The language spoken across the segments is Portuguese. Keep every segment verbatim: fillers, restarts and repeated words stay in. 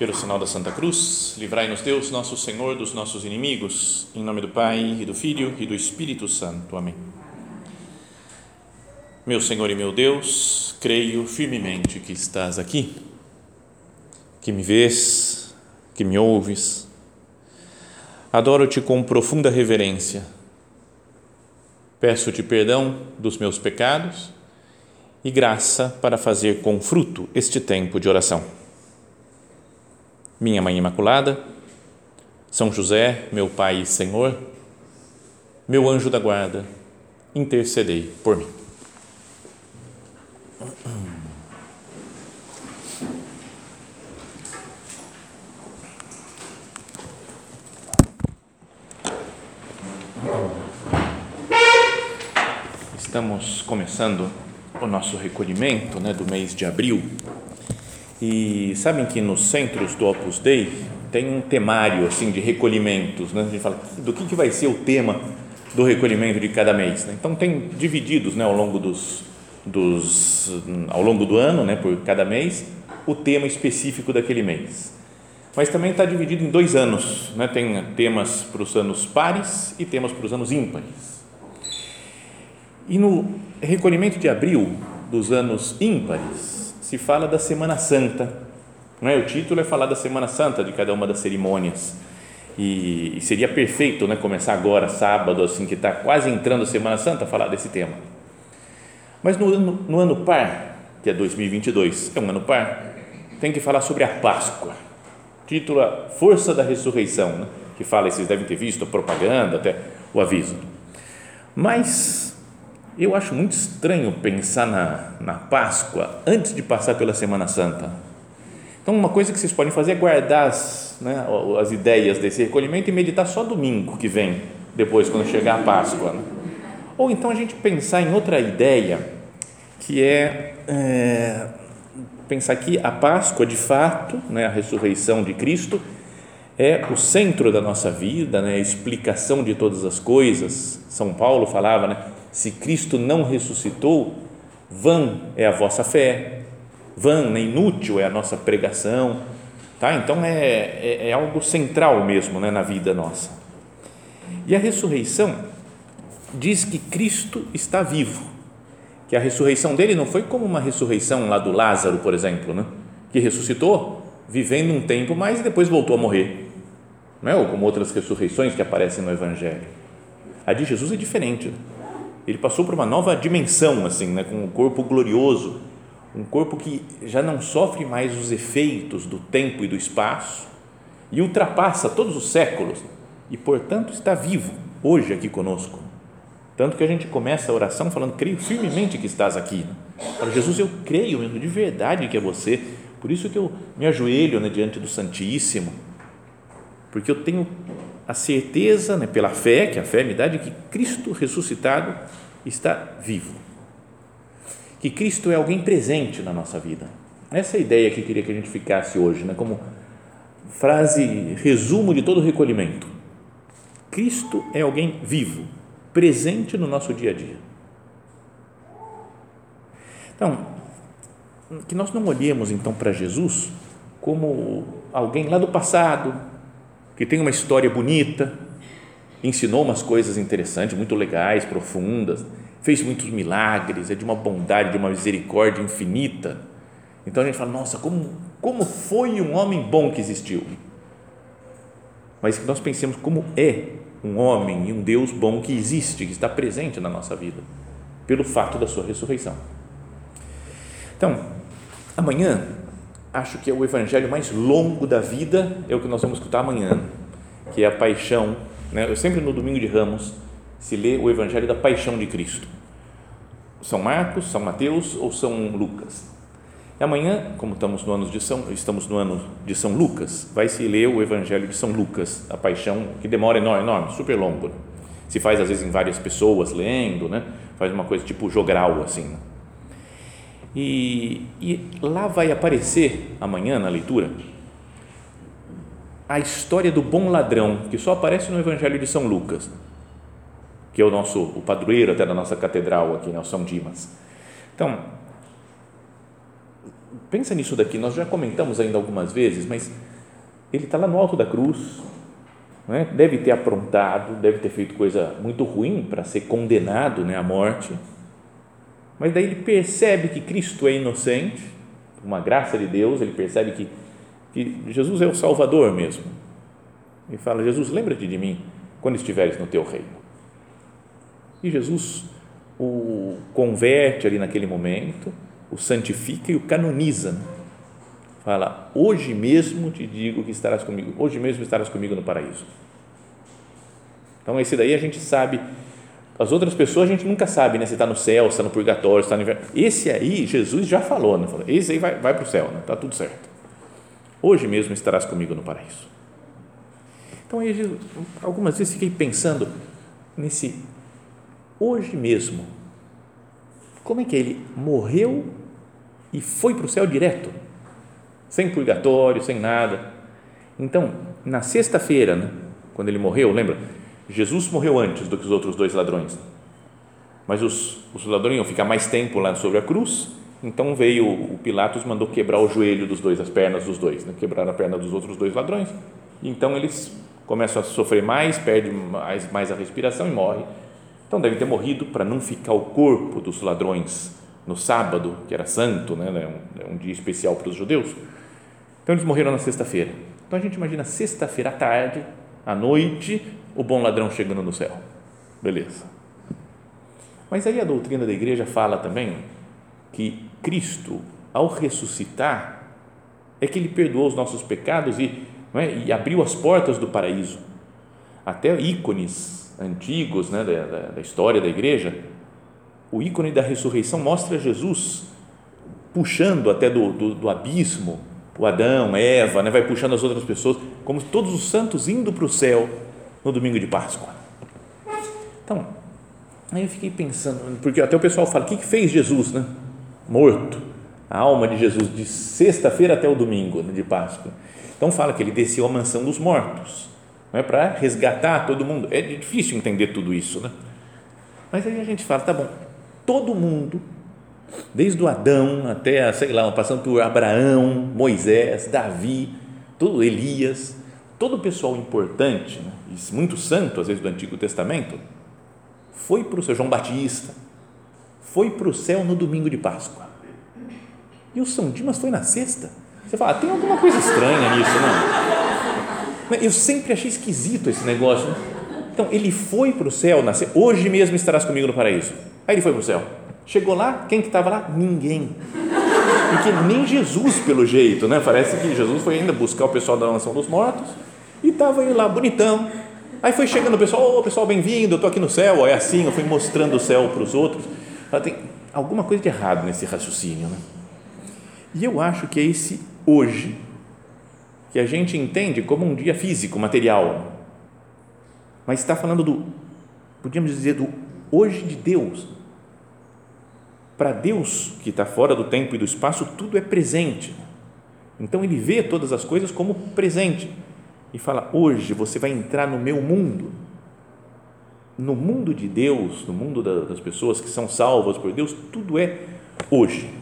Pelo sinal da Santa Cruz, livrai-nos Deus, nosso Senhor, dos nossos inimigos, em nome do Pai, e do Filho, e do Espírito Santo. Amém. Meu Senhor e meu Deus, creio firmemente que estás aqui, que me vês, que me ouves. Adoro-te com profunda reverência. Peço-te perdão dos meus pecados e graça para fazer com fruto este tempo de oração. Minha Mãe Imaculada, São José, meu Pai e Senhor, meu anjo da guarda, intercedei por mim. Estamos começando o nosso recolhimento, né, do mês de abril. E sabem que nos centros do Opus Dei tem um temário assim de recolhimentos, né? A gente fala do que, que vai ser o tema do recolhimento de cada mês, né? Então tem divididos, né, ao longo dos, dos ao longo do ano, né, por cada mês, o tema específico daquele mês. Mas também está dividido em dois anos, né? Tem temas para os anos pares e temas para os anos ímpares. E no recolhimento de abril dos anos ímpares se fala da Semana Santa, não é? O título é falar da Semana Santa de cada uma das cerimônias e, e seria perfeito, né, começar agora, sábado, assim que está quase entrando a Semana Santa, falar desse tema. Mas no ano, no ano par, que é dois mil e vinte e dois, é um ano par, tem que falar sobre a Páscoa. Título a Força da Ressurreição, né, que fala, vocês devem ter visto a propaganda, até o aviso. Mas eu acho muito estranho pensar na, na Páscoa antes de passar pela Semana Santa. Então, uma coisa que vocês podem fazer é guardar as, né, as ideias desse recolhimento e meditar só domingo que vem, depois, quando chegar a Páscoa. Né? Ou então a gente pensar em outra ideia, que é, é pensar que a Páscoa, de fato, né, a ressurreição de Cristo, é o centro da nossa vida, né, a explicação de todas as coisas. São Paulo falava, né, se Cristo não ressuscitou, vã é a vossa fé, vã, né, inútil é a nossa pregação, tá? Então é, é, é algo central mesmo, né, na vida nossa. E a ressurreição diz que Cristo está vivo, que a ressurreição dele não foi como uma ressurreição lá do Lázaro, por exemplo, né, que ressuscitou vivendo um tempo, mas depois voltou a morrer, não é? Ou como outras ressurreições que aparecem no Evangelho. A de Jesus é diferente. Ele passou por uma nova dimensão, assim, né, com um corpo glorioso, um corpo que já não sofre mais os efeitos do tempo e do espaço e ultrapassa todos os séculos e, portanto, está vivo hoje aqui conosco. Tanto que a gente começa a oração falando, creio firmemente que estás aqui. Para Jesus, eu creio mesmo de verdade que é você, por isso que eu me ajoelho, né, diante do Santíssimo, porque eu tenho a certeza, né, pela fé, que a fé me dá, de que Cristo ressuscitado está vivo, que Cristo é alguém presente na nossa vida. Essa é a ideia que eu queria que a gente ficasse hoje, né, como frase, resumo de todo o recolhimento. Cristo é alguém vivo, presente no nosso dia a dia. Então, que nós não olhemos então para Jesus como alguém lá do passado, que tem uma história bonita, ensinou umas coisas interessantes, muito legais, profundas, fez muitos milagres, é de uma bondade, de uma misericórdia infinita. Então a gente fala, nossa, como, como foi um homem bom que existiu. Mas que nós pensemos como é um homem e um Deus bom que existe, que está presente na nossa vida, pelo fato da sua ressurreição. Então, amanhã, acho que é o evangelho mais longo da vida, é o que nós vamos escutar amanhã, que é a paixão, né? Eu sempre no domingo de Ramos se lê o evangelho da paixão de Cristo, São Marcos, São Mateus ou São Lucas. E amanhã, como estamos no ano de São, estamos no ano de São Lucas, vai se ler o evangelho de São Lucas, a paixão, que demora enorme, enorme, super longo, né? Se faz às vezes em várias pessoas lendo, né? Faz uma coisa tipo jogral assim, né? E, e lá vai aparecer amanhã na leitura a história do bom ladrão, que só aparece no Evangelho de São Lucas, que é o nosso o padroeiro até da nossa catedral aqui, né, o São Dimas. Então, pensa nisso daqui, nós já comentamos ainda algumas vezes, mas ele está lá no alto da cruz, não é? Deve ter aprontado, deve ter feito coisa muito ruim para ser condenado, né, à morte, mas daí ele percebe que Cristo é inocente, uma graça de Deus, ele percebe que, que Jesus é o Salvador mesmo, e fala: Jesus, lembra-te de mim quando estiveres no teu reino. E Jesus o converte ali naquele momento, o santifica e o canoniza, né? Fala: hoje mesmo te digo que estarás comigo, hoje mesmo estarás comigo no paraíso. Então esse daí a gente sabe, as outras pessoas a gente nunca sabe, né, se está no céu, se está no purgatório, se está no inferno. Esse aí Jesus já falou, né? Falou, esse aí vai, vai para o céu, né? Está tudo certo, hoje mesmo estarás comigo no paraíso. Então aí algumas vezes fiquei pensando nesse hoje mesmo, como é que ele morreu e foi para o céu direto, sem purgatório, sem nada. Então, na sexta-feira, né, quando ele morreu, lembra? Jesus morreu antes do que os outros dois ladrões, mas os, os ladrões iam ficar mais tempo lá sobre a cruz, então veio o Pilatos, mandou quebrar o joelho dos dois, as pernas dos dois, né? Quebraram a perna dos outros dois ladrões, então eles começam a sofrer mais, perdem mais, mais a respiração e morrem. Então deve ter morrido para não ficar o corpo dos ladrões no sábado, que era santo, né? É um, um dia especial para os judeus. Então eles morreram na sexta-feira. Então a gente imagina sexta-feira à tarde, à noite, o bom ladrão chegando no céu. Beleza. Mas aí a doutrina da igreja fala também que Cristo, ao ressuscitar, é que ele perdoou os nossos pecados e, não é? E abriu as portas do paraíso. Até ícones antigos, né, da, da, da história da igreja, o ícone da ressurreição mostra Jesus puxando até do, do, do abismo o Adão, Eva, né, vai puxando as outras pessoas, como todos os santos indo para o céu no domingo de Páscoa. Então, aí eu fiquei pensando, porque até o pessoal fala, o que, que fez Jesus, né? Morto, a alma de Jesus, de sexta-feira até o domingo, né, de Páscoa. Então fala que ele desceu à mansão dos mortos, não é, para resgatar todo mundo. É difícil entender tudo isso, né? Mas aí a gente fala, tá bom, todo mundo, desde o Adão até, sei lá, passando por Abraão, Moisés, Davi, todo Elias, todo o pessoal importante, né, e muito santo, às vezes do Antigo Testamento, foi para o céu. João Batista foi para o céu no domingo de Páscoa. E o São Dimas foi na sexta. Você fala, ah, tem alguma coisa estranha nisso, não? Eu sempre achei esquisito esse negócio. Então, ele foi para o céu, nasceu, hoje mesmo estarás comigo no paraíso. Aí ele foi para o céu. Chegou lá, quem que estava lá? Ninguém. Porque nem Jesus, pelo jeito, né? Parece que Jesus foi ainda buscar o pessoal da mansão dos mortos e estava ele lá, bonitão. Aí foi chegando o pessoal, ô pessoal, bem-vindo, eu estou aqui no céu. É assim, eu fui mostrando o céu para os outros. Tem alguma coisa de errado nesse raciocínio, né? E eu acho que é esse hoje que a gente entende como um dia físico, material, mas está falando do, podíamos dizer, do hoje de Deus. Para Deus, que está fora do tempo e do espaço, tudo é presente. Então ele vê todas as coisas como presente e fala, hoje você vai entrar no meu mundo, no mundo de Deus, no mundo das pessoas que são salvas por Deus, tudo é hoje.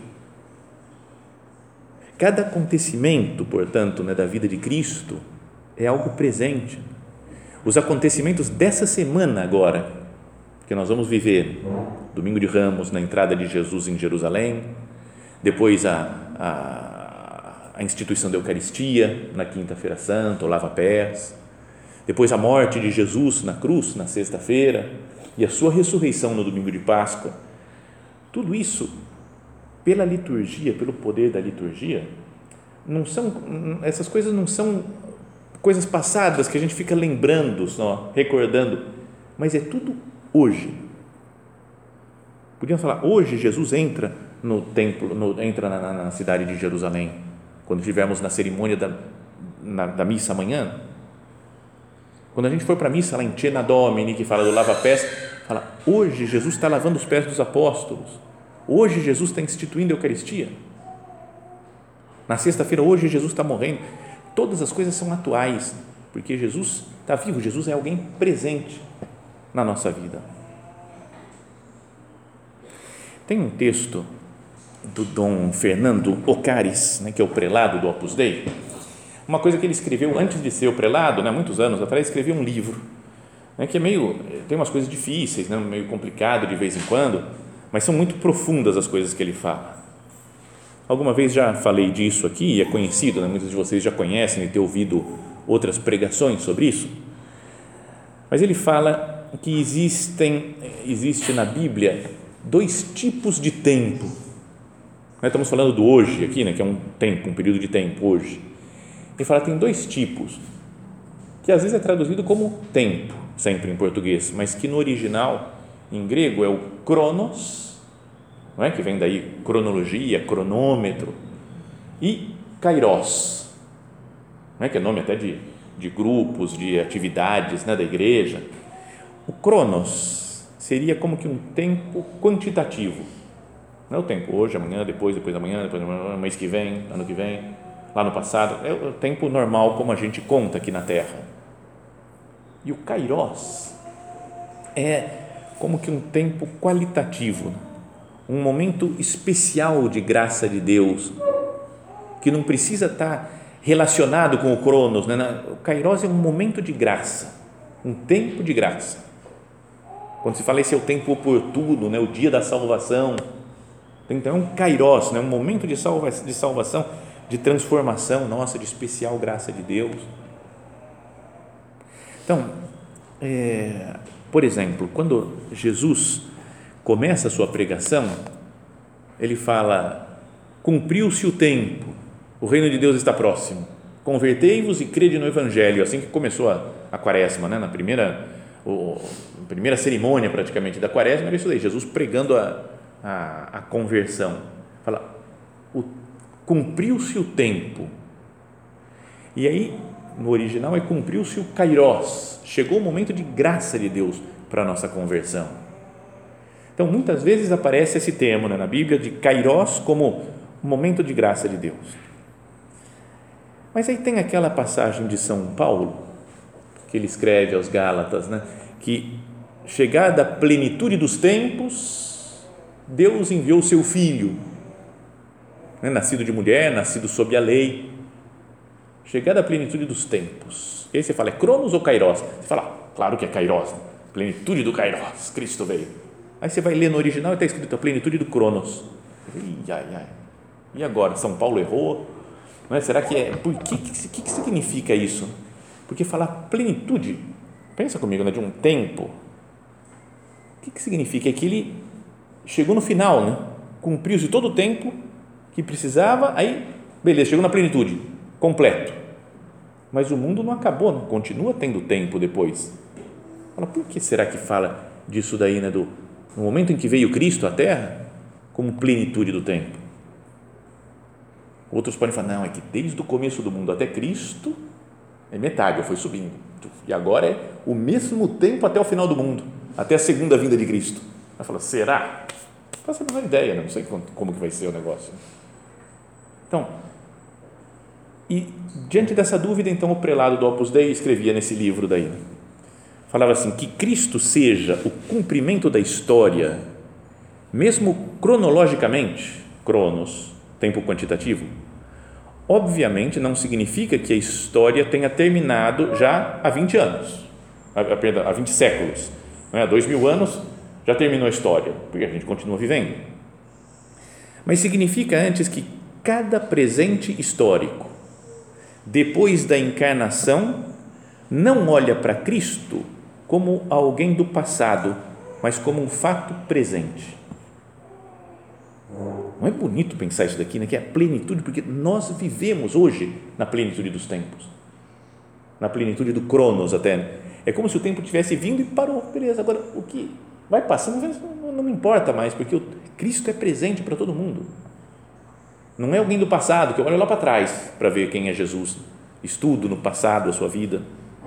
Cada acontecimento, portanto, né, da vida de Cristo é algo presente. Os acontecimentos dessa semana agora, que nós vamos viver, domingo de Ramos, na entrada de Jesus em Jerusalém, depois a, a, a instituição da Eucaristia, na quinta-feira santa, o lava-pés, depois a morte de Jesus na cruz, na sexta-feira, e a sua ressurreição no domingo de Páscoa, tudo isso, pela liturgia, pelo poder da liturgia, não são, essas coisas não são coisas passadas que a gente fica lembrando, só, recordando, mas é tudo hoje. Podíamos falar, hoje Jesus entra no templo, no, entra na, na cidade de Jerusalém, quando estivermos na cerimônia da, na, da missa amanhã. Quando a gente for para a missa lá em Cena Domini, que fala do lava-pés, fala, hoje Jesus está lavando os pés dos apóstolos, hoje Jesus está instituindo a Eucaristia, na sexta-feira, hoje Jesus está morrendo. Todas as coisas são atuais, porque Jesus está vivo, Jesus é alguém presente na nossa vida. Tem um texto do Dom Fernando Ocáriz, né, que é o prelado do Opus Dei, uma coisa que ele escreveu antes de ser o prelado, né, muitos anos atrás, escreveu um livro, né, que é meio, tem umas coisas difíceis, né, meio complicado de vez em quando, mas são muito profundas as coisas que ele fala. Alguma vez já falei disso aqui, e é conhecido, né, muitos de vocês já conhecem e ter ouvido outras pregações sobre isso, mas ele fala que existem, existe na Bíblia dois tipos de tempo. Nós estamos falando do hoje aqui, né, que é um tempo, um período de tempo, hoje. Ele fala que tem dois tipos, que às vezes é traduzido como tempo, sempre em português, mas que no original, em grego, é o cronos, não é? Que vem daí cronologia, cronômetro, e kairos, não é? Que é nome até de, de grupos, de atividades, né, da igreja. O cronos seria como que um tempo quantitativo, não é o tempo hoje, amanhã, depois, depois da manhã, depois da manhã, mês que vem, ano que vem, lá no passado, é o tempo normal como a gente conta aqui na Terra. E o kairos é como que um tempo qualitativo, um momento especial de graça de Deus, que não precisa estar relacionado com o cronos, né? O kairos é um momento de graça, um tempo de graça. Quando se fala esse é o tempo oportuno, né? O dia da salvação, então é um kairos, né? Um momento de, salva, de salvação, de transformação, nossa, de especial graça de Deus. Então, é, por exemplo, quando Jesus começa a sua pregação, ele fala, cumpriu-se o tempo, o reino de Deus está próximo, convertei-vos e crede no Evangelho, assim que começou a, a quaresma, né? Na primeira, o, primeira cerimônia praticamente da quaresma, era isso daí, Jesus pregando a, a, a conversão, fala, o, cumpriu-se o tempo, e aí no original é cumpriu-se o kairos, chegou o momento de graça de Deus para a nossa conversão. Então muitas vezes aparece esse termo, né, na Bíblia de kairos como momento de graça de Deus, mas aí tem aquela passagem de São Paulo que ele escreve aos Gálatas, né, que chegada a plenitude dos tempos, Deus enviou o seu Filho, né, nascido de mulher, nascido sob a lei, chegada à plenitude dos tempos. E aí você fala, é cronos ou kairos? Você fala, claro que é kairos, plenitude do kairos, Cristo veio. Aí você vai ler no original e está escrito a plenitude do cronos. Ih, ai, ai. E agora, São Paulo errou? Não é? Será que é? Por que, que, que significa isso? Porque falar plenitude, pensa comigo, né, de um tempo, o que, que significa? É que ele chegou no final, né? Cumpriu-se todo o tempo que precisava, aí, beleza, chegou na plenitude, completo. Mas o mundo não acabou, não, continua tendo tempo depois. Fala, por que será que fala disso daí, né? Do, no momento em que veio Cristo à Terra, como plenitude do tempo. Outros podem falar, não, é que desde o começo do mundo até Cristo, é metade, foi subindo. E agora é o mesmo tempo até o final do mundo, até a segunda vinda de Cristo. Aí fala, será? Não faço a menor ideia, não sei como que vai ser o negócio. Então, e diante dessa dúvida, então, o prelado do Opus Dei escrevia nesse livro daí, falava assim, que Cristo seja o cumprimento da história, mesmo cronologicamente, cronos, tempo quantitativo, obviamente não significa que a história tenha terminado já há vinte anos, perdão, há vinte séculos, não é? Há dois mil anos já terminou a história, porque a gente continua vivendo, mas significa antes que cada presente histórico, depois da encarnação, não olha para Cristo como alguém do passado, mas como um fato presente. Não é bonito pensar isso daqui, né? Que é a plenitude, porque nós vivemos hoje na plenitude dos tempos, na plenitude do cronos até. É como se o tempo tivesse vindo e parou, beleza, agora o que vai passando não, não me importa mais, porque o Cristo é presente para todo mundo. Não é alguém do passado, que eu olho lá para trás para ver quem é Jesus, estudo no passado a sua vida.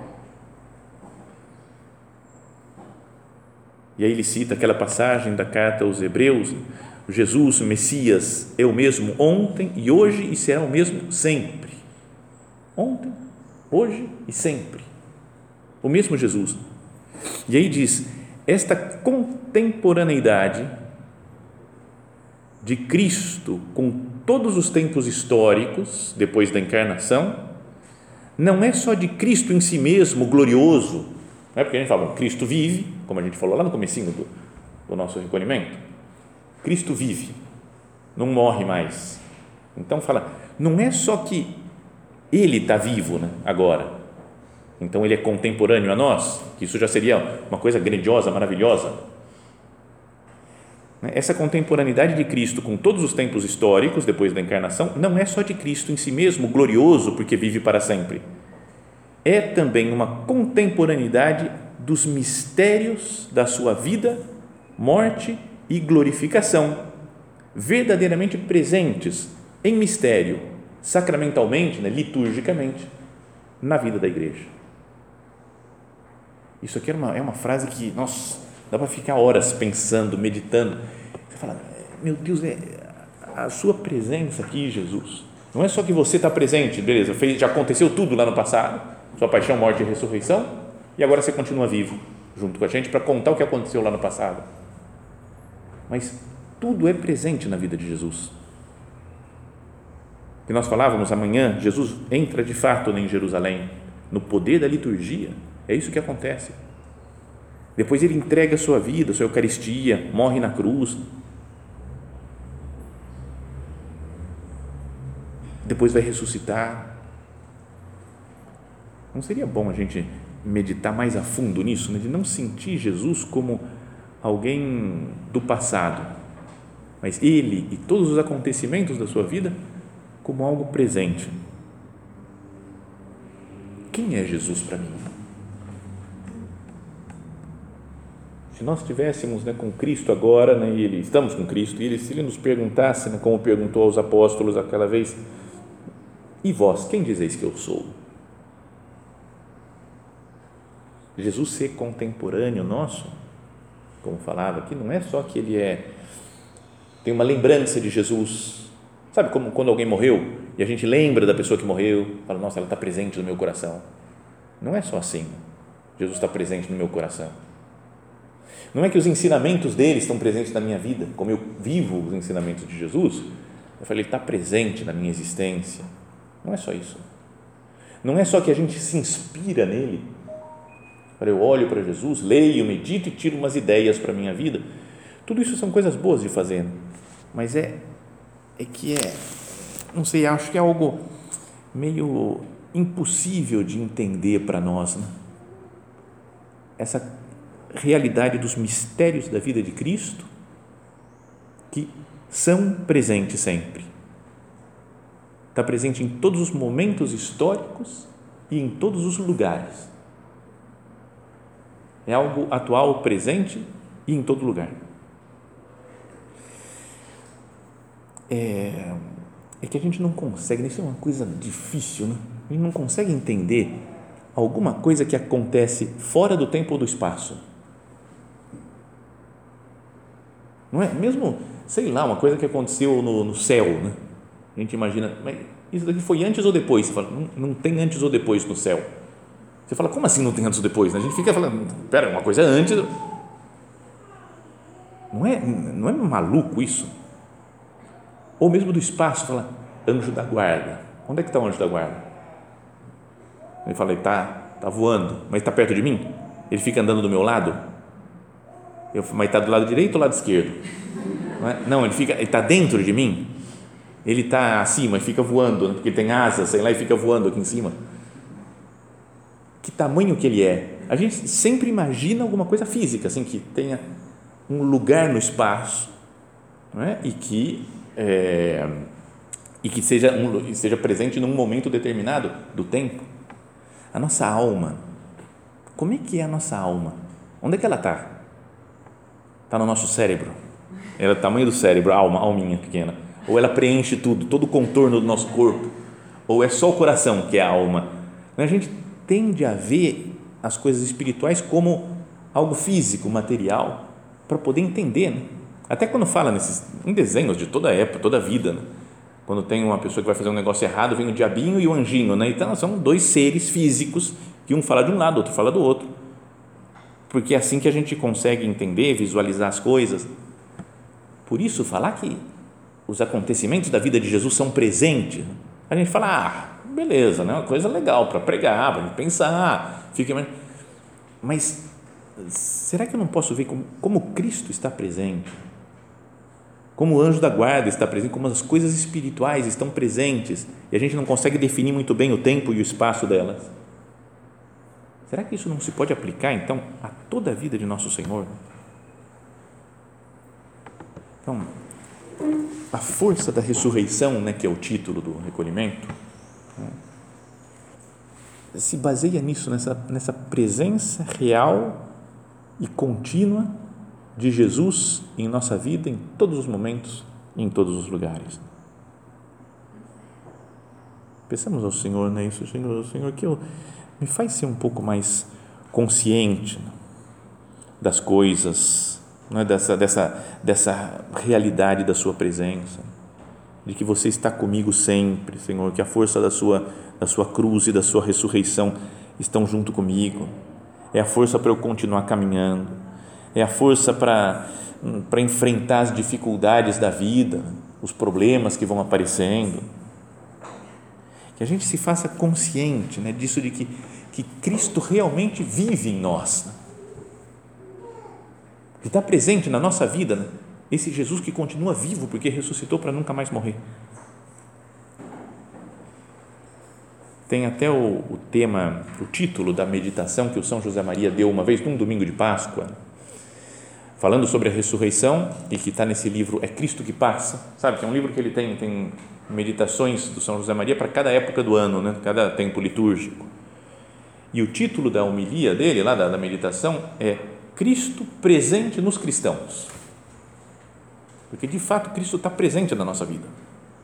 E aí ele cita aquela passagem da carta aos Hebreus, Jesus, o Messias, é o mesmo ontem e hoje e será o mesmo sempre. Ontem, hoje e sempre. O mesmo Jesus. E aí diz, esta contemporaneidade de Cristo com todos os tempos históricos depois da encarnação não é só de Cristo em si mesmo glorioso, não é porque a gente fala, bom, Cristo vive, como a gente falou lá no comecinho do, do nosso recolhimento, Cristo vive, não morre mais. Então fala, não é só que Ele está vivo, né, agora, então Ele é contemporâneo a nós, que isso já seria uma coisa grandiosa, maravilhosa. Essa contemporaneidade de Cristo com todos os tempos históricos depois da encarnação não é só de Cristo em si mesmo, glorioso porque vive para sempre. É também uma contemporaneidade dos mistérios da sua vida, morte e glorificação, verdadeiramente presentes em mistério, sacramentalmente, né, liturgicamente, na vida da igreja. Isso aqui é uma, é uma frase que, nossa, dá para ficar horas pensando, meditando. Você fala, meu Deus, é a sua presença aqui, Jesus. Não é só que você está presente, beleza, fez, já aconteceu tudo lá no passado, sua paixão, morte e ressurreição, e agora você continua vivo junto com a gente para contar o que aconteceu lá no passado. Mas tudo é presente na vida de Jesus. Que nós falávamos amanhã, Jesus entra de fato em Jerusalém, no poder da liturgia, é isso que acontece. Depois ele entrega a sua vida, a sua Eucaristia, morre na cruz. Depois vai ressuscitar. Não seria bom a gente meditar mais a fundo nisso, né? De não sentir Jesus como alguém do passado, mas Ele e todos os acontecimentos da sua vida como algo presente. Quem é Jesus para mim? Se nós estivéssemos, né, com Cristo agora, né, e ele, estamos com Cristo, e ele, se Ele nos perguntasse, né, como perguntou aos apóstolos aquela vez, e vós, quem dizeis que eu sou? Jesus ser contemporâneo nosso, como falava aqui, não é só que Ele é, tem uma lembrança de Jesus, sabe como quando alguém morreu, e a gente lembra da pessoa que morreu, fala, nossa, ela está presente no meu coração. Não é só assim, Jesus está presente no meu coração. Não é que os ensinamentos dele estão presentes na minha vida, como eu vivo os ensinamentos de Jesus, eu falei, ele está presente na minha existência. Não é só isso. Não é só que a gente se inspira nele. Eu olho para Jesus, leio, medito e tiro umas ideias para a minha vida. Tudo isso são coisas boas de fazer, mas é, é que é, não sei, acho que é algo meio impossível de entender para nós, né? Essa realidade dos mistérios da vida de Cristo que são presentes sempre. Está presente em todos os momentos históricos e em todos os lugares. É algo atual, presente e em todo lugar. É, é que a gente não consegue, isso é uma coisa difícil, né? A gente não consegue entender alguma coisa que acontece fora do tempo ou do espaço. Não é? Mesmo, sei lá, uma coisa que aconteceu no, no céu, né? A gente imagina, mas isso daqui foi antes ou depois? Você fala, não, não tem antes ou depois no céu. Você fala, como assim não tem antes ou depois? A gente fica falando, pera, uma coisa é antes. Não é, não é maluco isso? Ou mesmo do espaço, fala, anjo da guarda. Onde é que está o anjo da guarda? Ele fala, ele está tá voando, mas está perto de mim? Ele fica andando do meu lado? Eu, mas está do lado direito ou do lado esquerdo? Não, é? Não, ele fica, ele está dentro de mim. Ele está acima e fica voando, né? Porque ele tem asas, sei lá, e fica voando aqui em cima. Que tamanho que ele é? A gente sempre imagina alguma coisa física, assim, que tenha um lugar no espaço, não é? E que é, e que seja um, seja presente num momento determinado do tempo. A nossa alma, como é que é a nossa alma? Onde é que ela está? Está no nosso cérebro. Ela é o tamanho do cérebro, a alma, a alminha pequena. Ou ela preenche tudo, todo o contorno do nosso corpo. Ou é só o coração que é a alma. A gente tende a ver as coisas espirituais como algo físico, material, para poder entender, né? Até quando fala nesses, em desenhos de toda a época, toda a vida, né? Quando tem uma pessoa que vai fazer um negócio errado, vem o diabinho e o anjinho, né? Então são dois seres físicos que um fala de um lado, outro fala do outro, porque é assim que a gente consegue entender, visualizar as coisas. Por isso falar que os acontecimentos da vida de Jesus são presentes, a gente fala, ah, beleza, né? Uma coisa legal para pregar, para pensar, fique mais... mas será que eu não posso ver como, como Cristo está presente? Como o anjo da guarda está presente, como as coisas espirituais estão presentes e a gente não consegue definir muito bem o tempo e o espaço delas? Será que isso não se pode aplicar, então, a toda a vida de nosso Senhor? Então, a força da ressurreição, né, que é o título do recolhimento, né, se baseia nisso, nessa, nessa presença real e contínua de Jesus em nossa vida, em todos os momentos e em todos os lugares. Pensamos ao Senhor, né, isso, Senhor, Senhor, que eu, me faz ser um pouco mais consciente das coisas, né, dessa, dessa, dessa realidade da sua presença, de que você está comigo sempre, Senhor, que a força da sua, da sua cruz e da sua ressurreição estão junto comigo, é a força para eu continuar caminhando, é a força para, para enfrentar as dificuldades da vida, os problemas que vão aparecendo, que a gente se faça consciente, né, disso, de que, que Cristo realmente vive em nós, né? Que está presente na nossa vida, né? Esse Jesus que continua vivo porque ressuscitou para nunca mais morrer. Tem até o, o tema, o título da meditação que o São José Maria deu uma vez num domingo de Páscoa, falando sobre a ressurreição, e que está nesse livro É Cristo que Passa, sabe, que é um livro que ele tem, tem meditações do São José Maria para cada época do ano, né? Cada tempo litúrgico, e o título da homilia dele, lá da, da meditação, é Cristo presente nos cristãos, porque de fato Cristo está presente na nossa vida,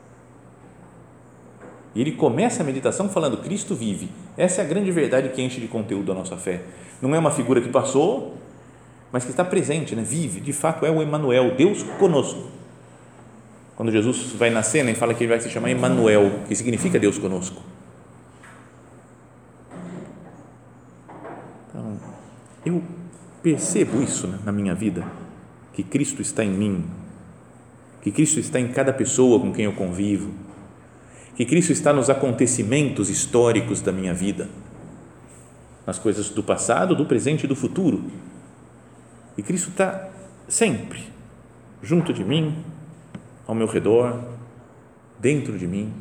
e ele começa a meditação falando, Cristo vive, essa é a grande verdade que enche de conteúdo a nossa fé, não é uma figura que passou, mas que está presente, né? Vive, de fato é o Emmanuel, Deus conosco. Quando Jesus vai nascer, né, fala que ele vai se chamar Emmanuel, que significa Deus conosco. Então, eu percebo isso, né, na minha vida, que Cristo está em mim, que Cristo está em cada pessoa com quem eu convivo, que Cristo está nos acontecimentos históricos da minha vida, nas coisas do passado, do presente e do futuro. E Cristo está sempre junto de mim, ao meu redor, dentro de mim.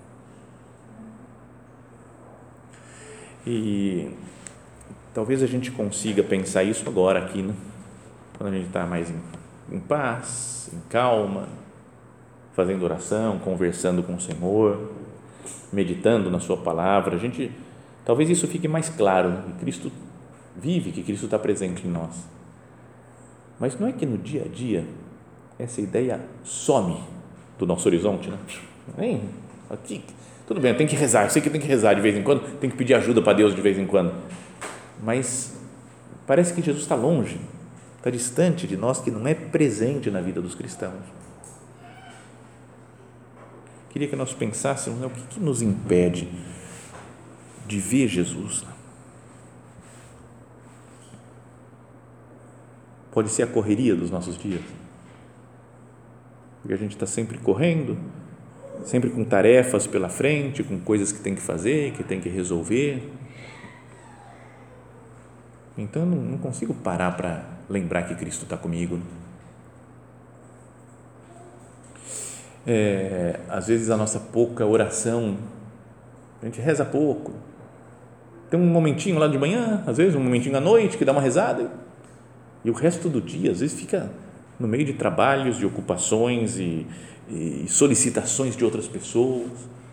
E talvez a gente consiga pensar isso agora aqui, né? Quando a gente está mais em, em paz, em calma, fazendo oração, conversando com o Senhor, meditando na sua palavra, a gente, talvez isso fique mais claro, né? Que Cristo vive, que Cristo está presente em nós. Mas não é que no dia a dia essa ideia some do nosso horizonte, né? Vem aqui, tudo bem, tem que rezar, eu sei que tem que rezar de vez em quando, tem que pedir ajuda para Deus de vez em quando, mas parece que Jesus está longe, está distante de nós, que não é presente na vida dos cristãos. Queria que nós pensássemos, né, o que, que nos impede de ver Jesus. Pode ser a correria dos nossos dias, porque a gente está sempre correndo, sempre com tarefas pela frente, com coisas que tem que fazer, que tem que resolver. Então, eu não, não consigo parar para lembrar que Cristo está comigo. É, às vezes a nossa pouca oração, a gente reza pouco, tem um momentinho lá de manhã, às vezes um momentinho à noite que dá uma rezada, e o resto do dia às vezes fica no meio de trabalhos, de ocupações e, e solicitações de outras pessoas,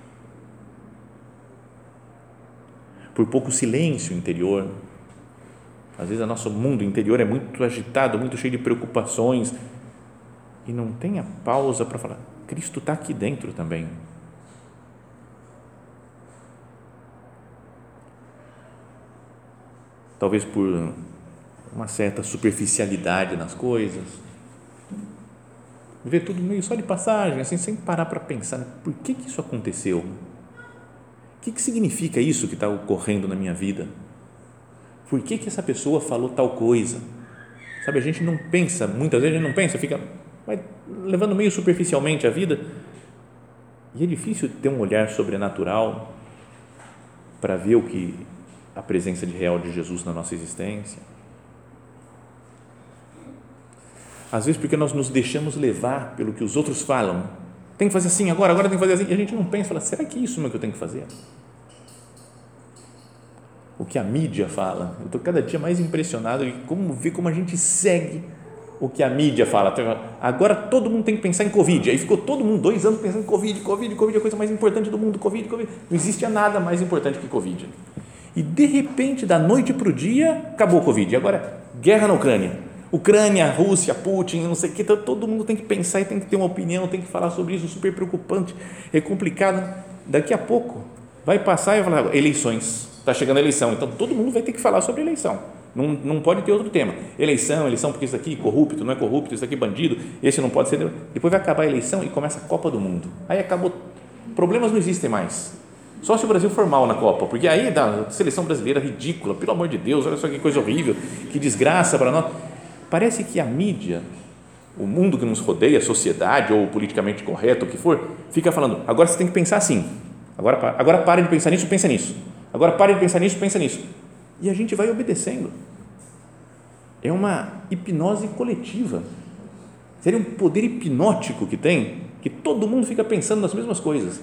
por pouco silêncio interior. Às vezes o nosso mundo interior é muito agitado, muito cheio de preocupações, e não tem a pausa para falar, Cristo está aqui dentro também. Talvez por uma certa superficialidade nas coisas, ver tudo meio só de passagem, assim, sem parar para pensar, por que que isso aconteceu? O que que significa isso que está ocorrendo na minha vida? Por que que essa pessoa falou tal coisa? Sabe, a gente não pensa, muitas vezes a gente não pensa, fica, mas levando meio superficialmente a vida. E é difícil ter um olhar sobrenatural para ver o que a presença de real de Jesus na nossa existência. Às vezes porque nós nos deixamos levar pelo que os outros falam. Tem que fazer assim agora, agora tem que fazer assim. E a gente não pensa, fala, será que é isso mesmo que eu tenho que fazer? O que a mídia fala. Eu estou cada dia mais impressionado de como ver como a gente segue o que a mídia fala. Agora todo mundo tem que pensar em Covid. Aí ficou todo mundo dois anos pensando em Covid, Covid, Covid é a coisa mais importante do mundo, Covid, Covid. Não existe nada mais importante que Covid. E de repente, da noite para o dia, acabou o Covid. E agora, guerra na Ucrânia. Ucrânia, Rússia, Putin, não sei o que. Então, todo mundo tem que pensar e tem que ter uma opinião, tem que falar sobre isso, super preocupante, é complicado. Daqui a pouco vai passar e vai falar, eleições. Está chegando a eleição, então todo mundo vai ter que falar sobre eleição. Não, não pode ter outro tema. Eleição, eleição, porque isso aqui é corrupto, não é corrupto, isso aqui é bandido, esse não pode ser. Depois vai acabar a eleição e começa a Copa do Mundo. Aí acabou. Problemas não existem mais. Só se o Brasil for mal na Copa, porque aí da seleção brasileira ridícula, pelo amor de Deus, olha só que coisa horrível, que desgraça para nós. Parece que a mídia, o mundo que nos rodeia, a sociedade ou o politicamente correto, o que for, fica falando, agora você tem que pensar assim, agora, agora pare de pensar nisso, pensa nisso. Agora pare de pensar nisso, pensa nisso. E a gente vai obedecendo. É uma hipnose coletiva. Seria um poder hipnótico que tem, que todo mundo fica pensando nas mesmas coisas.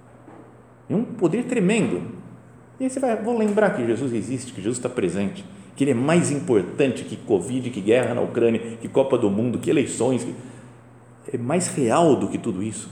É um poder tremendo. E aí você vai, vou lembrar que Jesus existe, que Jesus está presente, que Ele é mais importante que Covid, que guerra na Ucrânia, que Copa do Mundo, que eleições. Que é mais real do que tudo isso.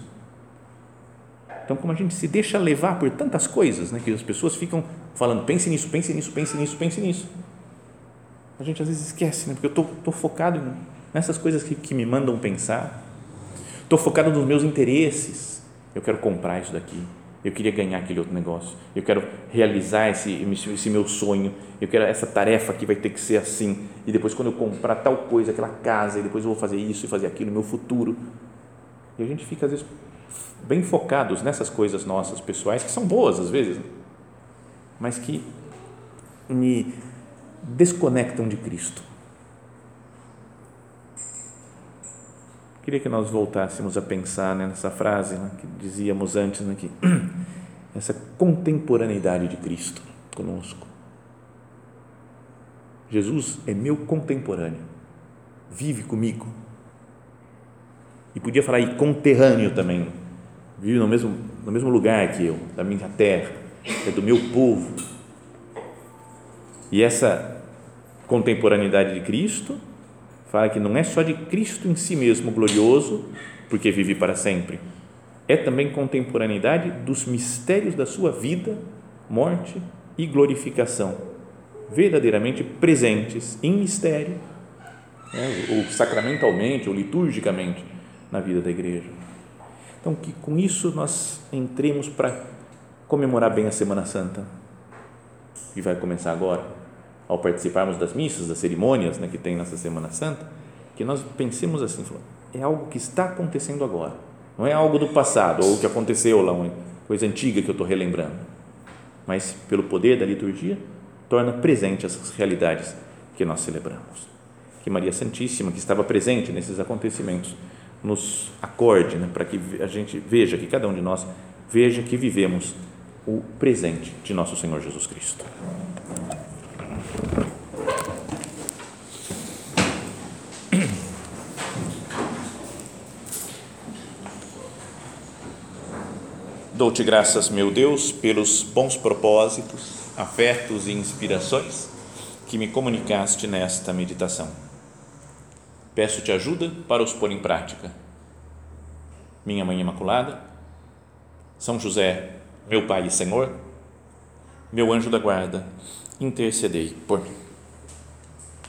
Então, como a gente se deixa levar por tantas coisas, né, que as pessoas ficam falando, pense nisso, pense nisso, pense nisso, pense nisso. A gente às vezes esquece, né, porque eu estou focado nessas coisas que, que me mandam pensar. Estou focado nos meus interesses. Eu quero comprar isso daqui. Eu queria ganhar aquele outro negócio. Eu quero realizar esse, esse meu sonho. Eu quero essa tarefa que vai ter que ser assim. E depois, quando eu comprar tal coisa, aquela casa, e depois eu vou fazer isso e fazer aquilo no meu futuro. E a gente fica, às vezes, bem focados nessas coisas nossas pessoais, que são boas às vezes, mas que me desconectam de Cristo. Queria que nós voltássemos a pensar, né, nessa frase, né, que dizíamos antes, né, que essa contemporaneidade de Cristo conosco. Jesus é meu contemporâneo, vive comigo. E podia falar aí conterrâneo também, vive no mesmo, no mesmo lugar que eu, da minha terra, é do meu povo. E essa contemporaneidade de Cristo fala que não é só de Cristo em si mesmo glorioso, porque vive para sempre, é também contemporaneidade dos mistérios da sua vida, morte e glorificação, verdadeiramente presentes em mistério, né, ou sacramentalmente, ou liturgicamente, na vida da igreja. Então, que com isso nós entremos para comemorar bem a Semana Santa, que vai começar agora, ao participarmos das missas, das cerimônias, né, que tem nessa Semana Santa, que nós pensemos assim, é algo que está acontecendo agora, não é algo do passado, ou que aconteceu lá, uma coisa antiga que eu estou relembrando, mas pelo poder da liturgia, torna presente essas realidades que nós celebramos. Que Maria Santíssima, que estava presente nesses acontecimentos, nos acorde, né, para que a gente veja, que cada um de nós veja que vivemos o presente de nosso Senhor Jesus Cristo. Dou-te graças, meu Deus, pelos bons propósitos, afetos e inspirações que me comunicaste nesta meditação. Peço-te ajuda para os pôr em prática. Minha Mãe Imaculada, São José, meu Pai e Senhor, meu anjo da guarda, intercedei por mim.